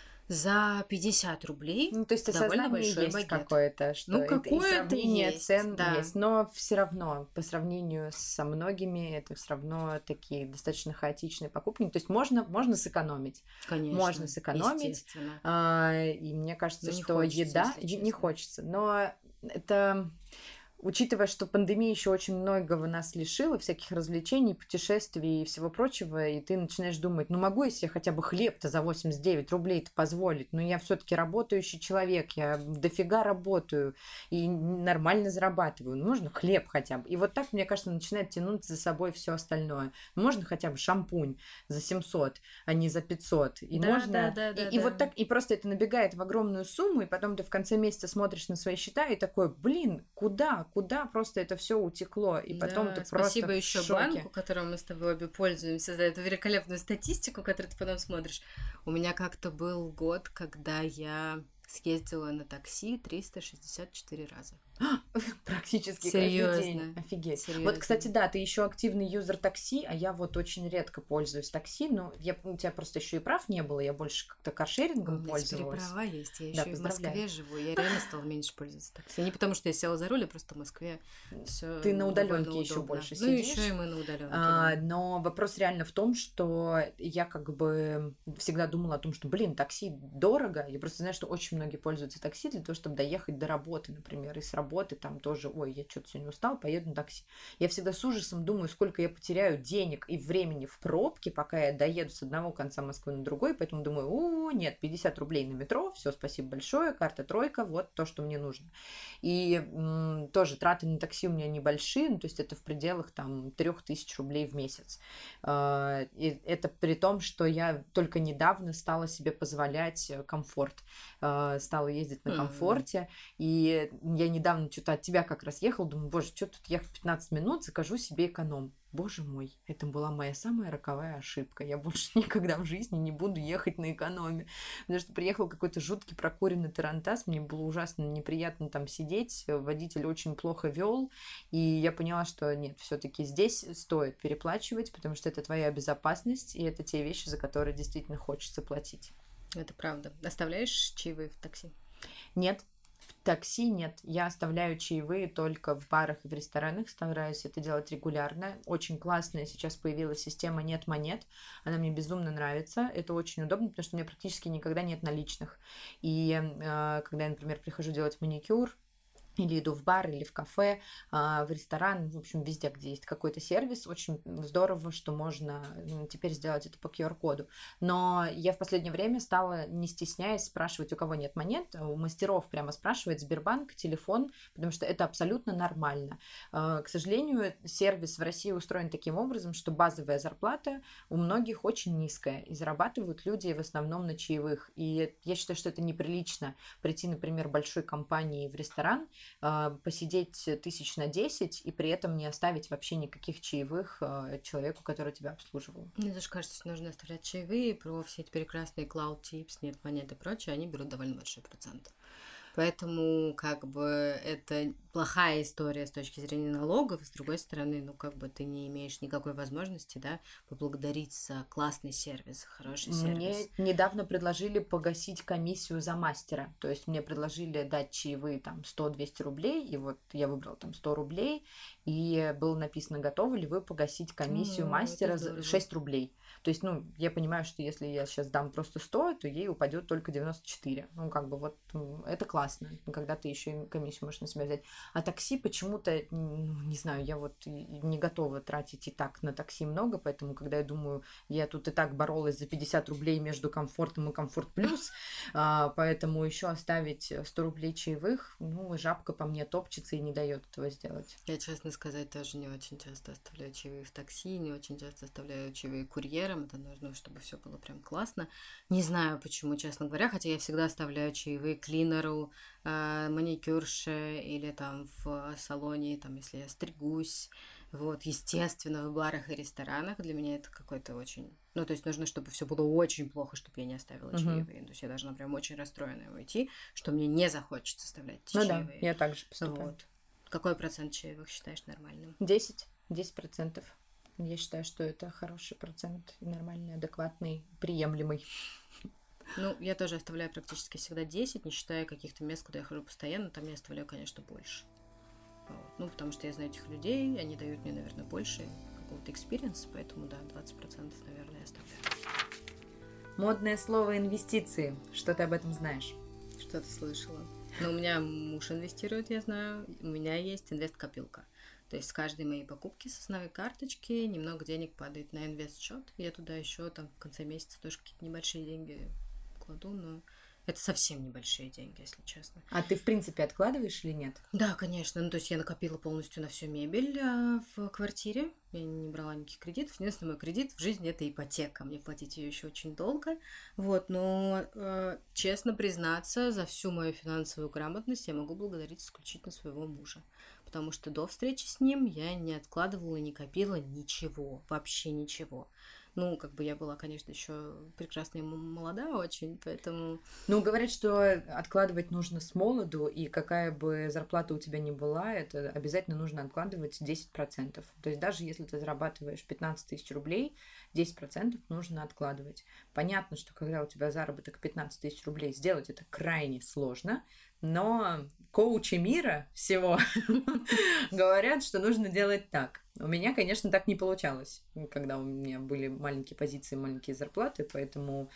за 50 рублей Ну, то есть довольно осознание большой есть багет. какое-то, что Ну, и какое-то сравнение есть, цен да. есть, но все равно по сравнению со многими это все равно такие достаточно хаотичные покупки. То есть можно сэкономить, Конечно, можно сэкономить, естественно. и мне кажется, Но не что хочется, еда если не честно. хочется, но это. Учитывая, что пандемия еще очень многого нас лишила, всяких развлечений, путешествий и всего прочего, и ты начинаешь думать, ну могу я себе хотя бы хлеб-то за 89 рублей-то позволить? Но я все-таки работающий человек, я дофига работаю и нормально зарабатываю. Ну, можно хлеб хотя бы. И вот так, мне кажется, начинает тянуть за собой все остальное. Можно хотя бы шампунь за 700, а не за 500. И Да, можно... да. И вот так, и просто это набегает в огромную сумму, и потом ты в конце месяца смотришь на свои счета и такой, блин, куда просто это все утекло, и потом ты спасибо просто в еще шоке. банку, которым мы с тобой обе пользуемся, за эту великолепную статистику, которую ты потом смотришь. У меня как-то был год, когда я съездила на такси 364 раза. Практически Серьезно. каждый день. Офигеть. Серьезно. Вот, кстати, да, ты еще активный юзер такси, а я вот очень редко пользуюсь такси, но у тебя просто еще и прав не было, я больше как-то каршерингом пользовалась. У меня теперь права есть, я Да, еще и в Москве живу, я реально стала меньше пользоваться такси. Не потому что я села за руль, а просто в Москве все. Ты на удаленке еще больше сидишь. Ну, еще и мы на удаленке. Но вопрос реально в том, что я как бы всегда думала о том, что, блин, такси дорого. Я просто знаю, что очень многие пользуются такси для того, чтобы доехать до работы, например, и с работы там тоже, ой, я что-то сегодня устал, поеду на такси. Я всегда с ужасом думаю, сколько я потеряю денег и времени в пробке, пока я доеду с одного конца Москвы на другой, поэтому думаю, нет, 50 рублей на метро, все, спасибо большое, карта тройка, вот то, что мне нужно. И тоже траты на такси у меня небольшие, ну, то есть это в пределах там 3000 рублей в месяц. И это при том, что я только недавно стала себе позволять комфорт, стала ездить на комфорте, и я недавно что-то от тебя как раз ехала, думаю, боже, что тут ехать 15 минут, закажу себе эконом. Боже мой, это была моя самая роковая ошибка. Я больше никогда в жизни не буду ехать на экономе. Потому что приехал какой-то жуткий прокуренный тарантас, мне было ужасно неприятно там сидеть, водитель очень плохо вел, и я поняла, что нет, все-таки здесь стоит переплачивать, потому что это твоя безопасность, и это те вещи, за которые действительно хочется платить. Это правда. Оставляешь чаевые в такси? Нет. В такси нет. Я оставляю чаевые только в барах и в ресторанах. Стараюсь это делать регулярно. Очень классная сейчас появилась система «Нет монет». Она мне безумно нравится. Это очень удобно, потому что у меня практически никогда нет наличных. И когда я, например, прихожу делать маникюр, или иду в бар, или в кафе, в ресторан, в общем, везде, где есть какой-то сервис. Очень здорово, что можно теперь сделать это по QR-коду. Но я в последнее время стала, не стесняясь, спрашивать, у кого нет монет, у мастеров прямо спрашивать Сбербанк, телефон, потому что это абсолютно нормально. К сожалению, сервис в России устроен таким образом, что базовая зарплата у многих очень низкая, и зарабатывают люди в основном на чаевых. И я считаю, что это неприлично прийти, например, большой компании в ресторан, посидеть 1000 на 10 и при этом не оставить вообще никаких чаевых человеку, который тебя обслуживал. Мне тоже кажется, что нужно оставлять чаевые. Про все эти прекрасные Cloud Tips, нет монет и прочее, они берут довольно большой процент. Поэтому, как бы, это плохая история с точки зрения налогов. С другой стороны, ну, как бы, ты не имеешь никакой возможности, да, поблагодарить за классный сервис, хороший сервис. Мне недавно предложили погасить комиссию за мастера. То есть мне предложили дать чаевые там 100-200 рублей, и вот я выбрала там 100 рублей, и было написано, готовы ли вы погасить комиссию мастера за 6 рублей. То есть, ну, я понимаю, что если я сейчас дам просто 100, то ей упадет только 94. Ну, как бы вот это классно, когда ты еще и комиссию можешь на себя взять. А такси почему-то, не знаю, я вот не готова тратить и так на такси много, поэтому, когда я думаю, я тут и так боролась за 50 рублей между комфортом и комфорт плюс, поэтому еще оставить 100 рублей чаевых, ну, жабка по мне топчется и не дает этого сделать. Я, честно сказать, тоже не очень часто оставляю чаевые в такси, не очень часто оставляю чаевые курьерам, это нужно, чтобы все было прям классно. Не знаю почему, честно говоря, хотя я всегда оставляю чаевые клинеру, маникюрше или там в салоне, там, если я стригусь, Вот, естественно, в барах и ресторанах для меня это какой-то очень... Ну, то есть нужно, чтобы все было очень плохо, чтобы я не оставила чаевые. То есть я должна прям очень расстроенная уйти, что мне не захочется оставлять эти чаевые. Да, я также поступаю. Вот. Какой процент чаевых считаешь нормальным? 10%. Я считаю, что это хороший процент, нормальный, адекватный, приемлемый. Ну, я тоже оставляю практически всегда 10, не считая каких-то мест, куда я хожу постоянно, там я оставляю, конечно, больше. Вот. Ну, потому что я знаю этих людей, они дают мне, наверное, больше какого-то экспириенса, поэтому, да, 20%, наверное, я оставляю. Модное слово «инвестиции». Что ты об этом знаешь? Что-то слышала. Но у меня муж инвестирует, я знаю. У меня есть инвест-копилка. То есть с каждой моей покупки с основной карточки немного денег падает на инвест-счет. Я туда еще там в конце месяца тоже какие-то небольшие деньги кладу, но это совсем небольшие деньги, если честно. А ты, в принципе, откладываешь или нет? Да, конечно. Ну, то есть я накопила полностью на всю мебель в квартире. Я не брала никаких кредитов. Единственный мой кредит в жизни – это ипотека. Мне платить ее еще очень долго. Вот, но, честно признаться, за всю мою финансовую грамотность я могу благодарить исключительно своего мужа. Потому что до встречи с ним я не откладывала, не копила ничего. Вообще ничего. Ну, как бы я была, конечно, еще прекрасная и молода очень, поэтому... Ну, говорят, что откладывать нужно с молоду, и какая бы зарплата у тебя ни была, это обязательно нужно откладывать 10%. То есть даже если ты зарабатываешь 15 тысяч рублей, 10% нужно откладывать. Понятно, что когда у тебя заработок 15 тысяч рублей, сделать это крайне сложно, но коучи мира всего говорят, что нужно делать так. У меня, конечно, так не получалось, когда у меня были маленькие позиции, маленькие зарплаты, поэтому,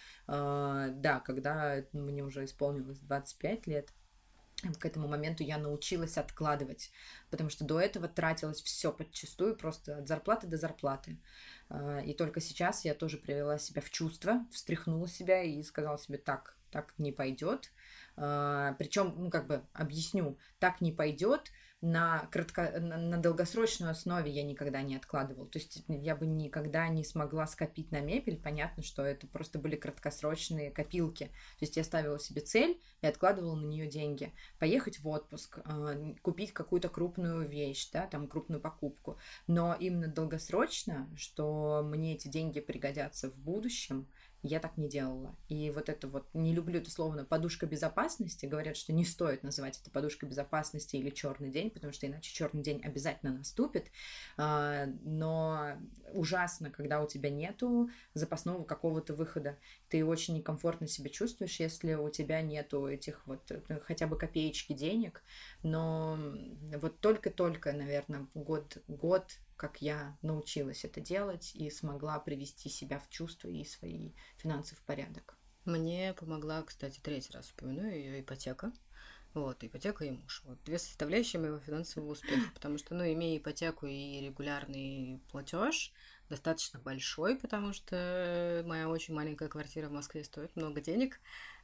да, когда мне уже исполнилось 25 лет, к этому моменту я научилась откладывать, потому что до этого тратилось все подчистую, просто от зарплаты до зарплаты. И только сейчас я тоже привела себя в чувство, встряхнула себя и сказала себе: так не пойдет. Причем, ну, как бы объясню, так не пойдет. На долгосрочной основе я никогда не откладывала. То есть я бы никогда не смогла скопить на мебель. Понятно, что это просто были краткосрочные копилки. То есть я ставила себе цель и откладывала на нее деньги. Поехать в отпуск, купить какую-то крупную вещь, да, там крупную покупку. Но именно долгосрочно, что мне эти деньги пригодятся в будущем, я так не делала. И вот это вот, не люблю это слово подушка безопасности. Говорят, что не стоит называть это подушкой безопасности или черный день, потому что иначе черный день обязательно наступит. Но ужасно, когда у тебя нету запасного какого-то выхода. Ты очень некомфортно себя чувствуешь, если у тебя нету этих вот хотя бы копеечки денег. Но вот только-только, наверное, год как я научилась это делать и смогла привести себя в чувство и свои финансы в порядок. Мне помогла, кстати, третий раз упомяну ее, ипотека. Вот, ипотека и муж. Вот две составляющие моего финансового успеха, потому что, ну, имея ипотеку и регулярный платеж, достаточно большой, потому что моя очень маленькая квартира в Москве стоит много денег.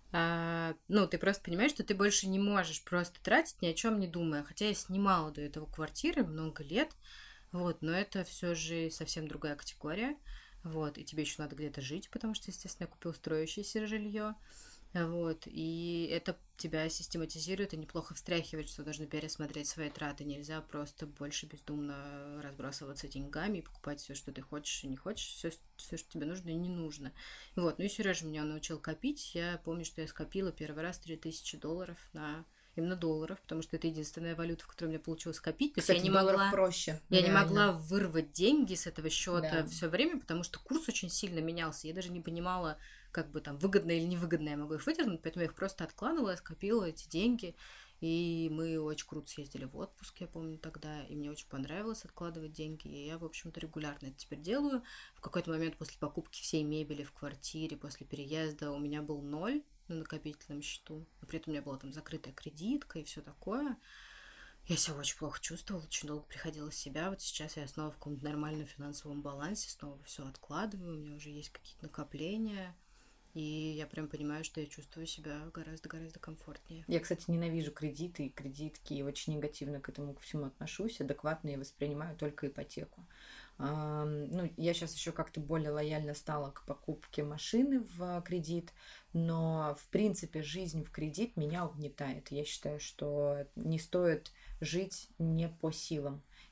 Ну, ты просто понимаешь, что ты больше не можешь просто тратить, ни о чем не думая. Хотя я снимала до этого квартиры много лет, вот, но это все же совсем другая категория. Вот, и тебе еще надо где-то жить, потому что, естественно, я купила строящееся жилье. Вот, и это тебя систематизирует и неплохо встряхивает, что нужно пересмотреть свои траты. Нельзя просто больше бездумно разбрасываться деньгами и покупать все, что ты хочешь и не хочешь, все, что тебе нужно и не нужно. Вот, ну и Сережа меня научил копить. Я помню, что я скопила первый раз $3000 на именно долларов, потому что это единственная валюта, в которой у меня получилось копить. То Кстати, есть я не могла, проще. я не могла вырвать деньги с этого счета Да. все время, потому что курс очень сильно менялся. Я даже не понимала, как бы там выгодно или невыгодно я могу их выдернуть, поэтому я их просто откладывала, скопила эти деньги. И мы очень круто съездили в отпуск, я помню тогда, и мне очень понравилось откладывать деньги, и я, в общем-то, регулярно это теперь делаю. В какой-то момент после покупки всей мебели в квартире, после переезда у меня был 0 на накопительном счету, но при этом у меня была там закрытая кредитка и все такое. Я себя очень плохо чувствовала, очень долго приходила в себя. Вот сейчас я снова в каком-то нормальном финансовом балансе, снова все откладываю, у меня уже есть какие-то накопления. И я прям понимаю, что я чувствую себя гораздо-гораздо комфортнее. Я, кстати, ненавижу кредиты и кредитки, и очень негативно к этому ко всему отношусь. Адекватно я воспринимаю только ипотеку. Ну, я сейчас еще как-то более лояльно стала к покупке машины в кредит, но, в принципе, жизнь в кредит меня угнетает. Я считаю, что не стоит жить не по силам.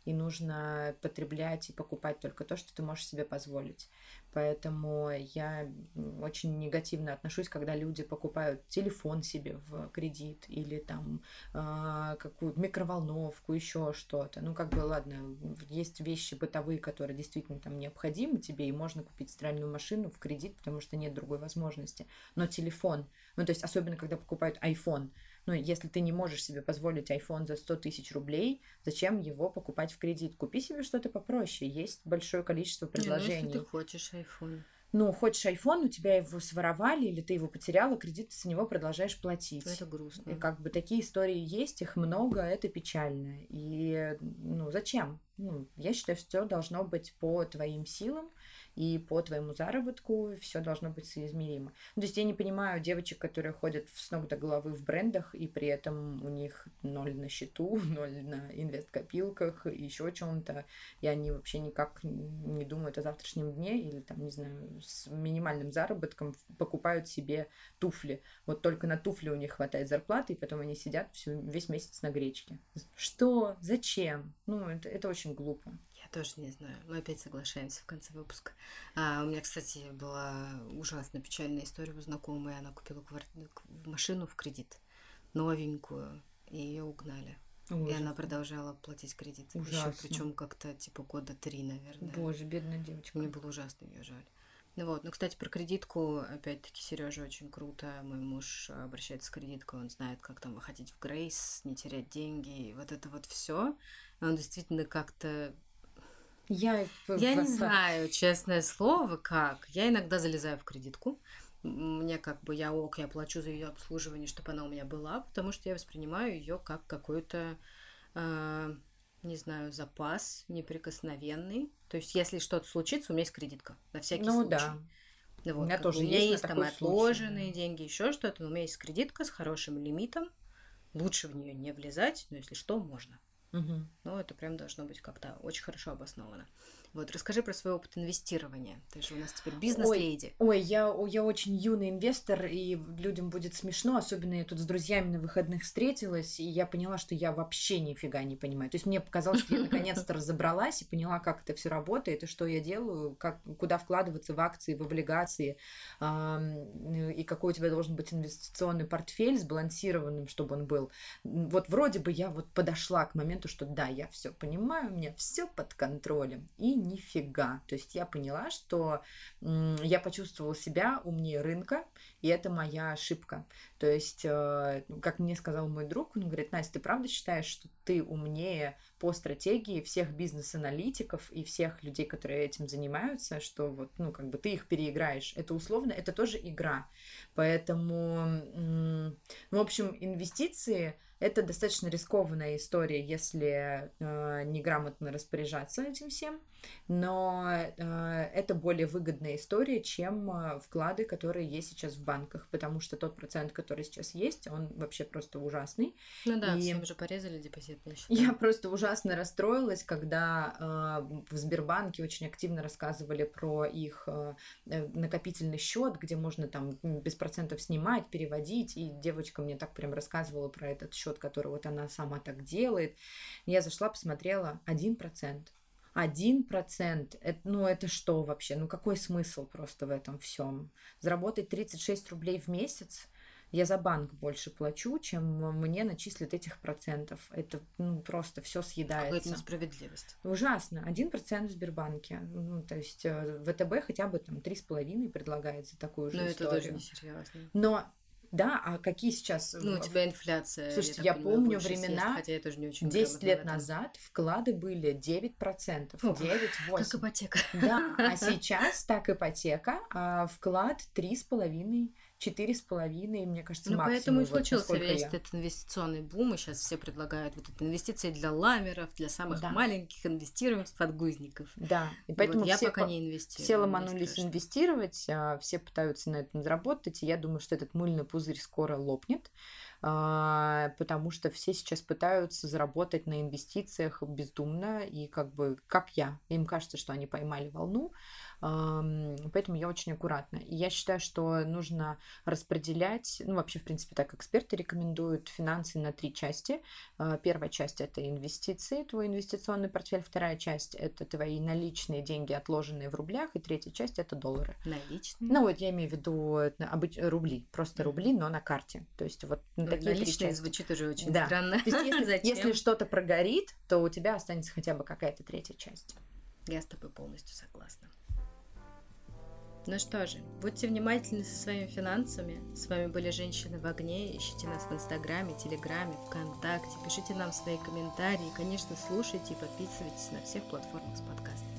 и нужно потреблять и покупать только то, что ты можешь себе позволить. Поэтому я очень негативно отношусь, когда люди покупают телефон себе в кредит или там какую-то микроволновку, еще что-то. Ну, как бы, ладно, есть вещи бытовые, которые действительно там необходимы тебе, и можно купить стиральную машину в кредит, потому что нет другой возможности. Но телефон, ну, то есть особенно, когда покупают iPhone, ну, если ты не можешь себе позволить iPhone за 100 тысяч рублей, зачем его покупать в кредит? Купи себе что-то попроще. Есть большое количество предложений. Ну, если ты хочешь iPhone. Ну, хочешь iPhone, у тебя его своровали, или ты его потеряла, кредит ты за него продолжаешь платить. Это грустно. И как бы такие истории есть, их много, это печально. И, ну, зачем? Ну, я считаю, что все должно быть по твоим силам и по твоему заработку, все должно быть соизмеримо. Ну, то есть я не понимаю девочек, которые ходят с ног до головы в брендах, и при этом у них 0 на счету, 0 на инвест-копилках, еще чем-то, и они вообще никак не думают о завтрашнем дне, или там, не знаю, с минимальным заработком покупают себе туфли. Вот только на туфли у них хватает зарплаты, и потом они сидят весь месяц на гречке. Что? Зачем? Ну, это очень глупо. Я тоже не знаю. Мы опять соглашаемся в конце выпуска. У меня, кстати, была ужасно печальная история у знакомой. Она купила машину в кредит, новенькую, и ее угнали. Ужас. И она продолжала платить кредит. Ужасно. Причем как-то типа 3 года, наверное. Боже, бедная девочка. Мне было ужасно ее жаль. Ну, кстати, про кредитку, опять-таки, Сережа очень круто. Мой муж обращается с кредиткой, он знает, как там выходить в Грейс, не терять деньги, и вот это вот все. Он действительно как-то... Я не знаю, честное слово, как. Я иногда залезаю в кредитку. Мне как бы я плачу за ее обслуживание, чтобы она у меня была, потому что я воспринимаю ее как какой-то, не знаю, запас неприкосновенный. То есть, если что-то случится, у меня есть кредитка на всякий случай. Да. Вот, у меня тоже у меня есть там отложенные деньги, еще что-то, но у меня есть кредитка с хорошим лимитом. Лучше в нее не влезать, но если что, можно. Угу. Но это прям должно быть как-то очень хорошо обосновано. Вот, расскажи про свой опыт инвестирования. Ты же у нас теперь бизнес-леди. Ой, я очень юный инвестор, и людям будет смешно, особенно я тут с друзьями на выходных встретилась, и я поняла, что я вообще нифига не понимаю. То есть мне показалось, что я наконец-то разобралась и поняла, как это все работает, и что я делаю, куда вкладываться в акции, в облигации, и какой у тебя должен быть инвестиционный портфель сбалансированным, чтобы он был. Вот вроде бы я вот подошла к моменту, что да, я все понимаю, у меня все под контролем, и нифига. То есть я поняла, что я почувствовала себя умнее рынка, и это моя ошибка. То есть, как мне сказал мой друг, он говорит: Настя, ты правда считаешь, что ты умнее по стратегии всех бизнес-аналитиков и всех людей, которые этим занимаются, что вот, ну, как бы ты их переиграешь? Это условно, это тоже игра. Поэтому, в общем, инвестиции — это достаточно рискованная история, если неграмотно распоряжаться этим всем, но это более выгодная история, чем вклады, которые есть сейчас в банках, потому что тот процент, который сейчас есть, он вообще просто ужасный. Ну да, всем же порезали депозитные счета. Я просто ужасно расстроилась, когда в Сбербанке очень активно рассказывали про их накопительный счет, где можно там без процентов снимать, переводить, и девочка мне так прям рассказывала про этот счет, который вот она сама так делает. Я зашла, посмотрела, 1%. 1%. Это что вообще? Ну какой смысл просто в этом всем? Заработать 36 рублей в месяц? Я за банк больше плачу, чем мне начислят этих процентов. Это просто все съедается. Какая-то несправедливость. Ужасно. 1% в Сбербанке. То есть ВТБ хотя бы там 3,5 предлагает за такую же историю. Но это тоже несерьезно. Но да, а какие сейчас... у тебя инфляция. Слушайте, я помню времена, хотя я тоже не очень 10 лет назад вклады были 9%, 9-8%. Как ипотека. Да, а сейчас так ипотека, а вклад 3,5%. 4,5, мне кажется, максимум. Поэтому и случился весь этот инвестиционный бум, и сейчас все предлагают вот это инвестиции для ламеров, для самых маленьких, инвестируем в подгузников. Да, и поэтому я пока не инвестирую. Все ломанулись инвестировать, все пытаются на этом заработать, и я думаю, что этот мыльный пузырь скоро лопнет. потому что все сейчас пытаются заработать на инвестициях бездумно, и как бы, как я. Им кажется, что они поймали волну, поэтому я очень аккуратна. И я считаю, что нужно распределять, ну, вообще, в принципе, так эксперты рекомендуют финансы на 3 части. Первая часть – это инвестиции, твой инвестиционный портфель. Вторая часть – это твои наличные деньги, отложенные в рублях. И третья часть – это доллары. Наличные? Ну, вот я имею в виду рубли, просто рубли, но на карте. То есть вот на такие 3 части. Звучит уже очень Да. странно. То есть если что-то прогорит, то у тебя останется хотя бы какая-то третья часть. Я с тобой полностью согласна. Ну что же, будьте внимательны со своими финансами. С вами были «Женщины в огне». Ищите нас в Инстаграме, Телеграме, ВКонтакте. Пишите нам свои комментарии. Конечно, слушайте и подписывайтесь на всех платформах с подкастами.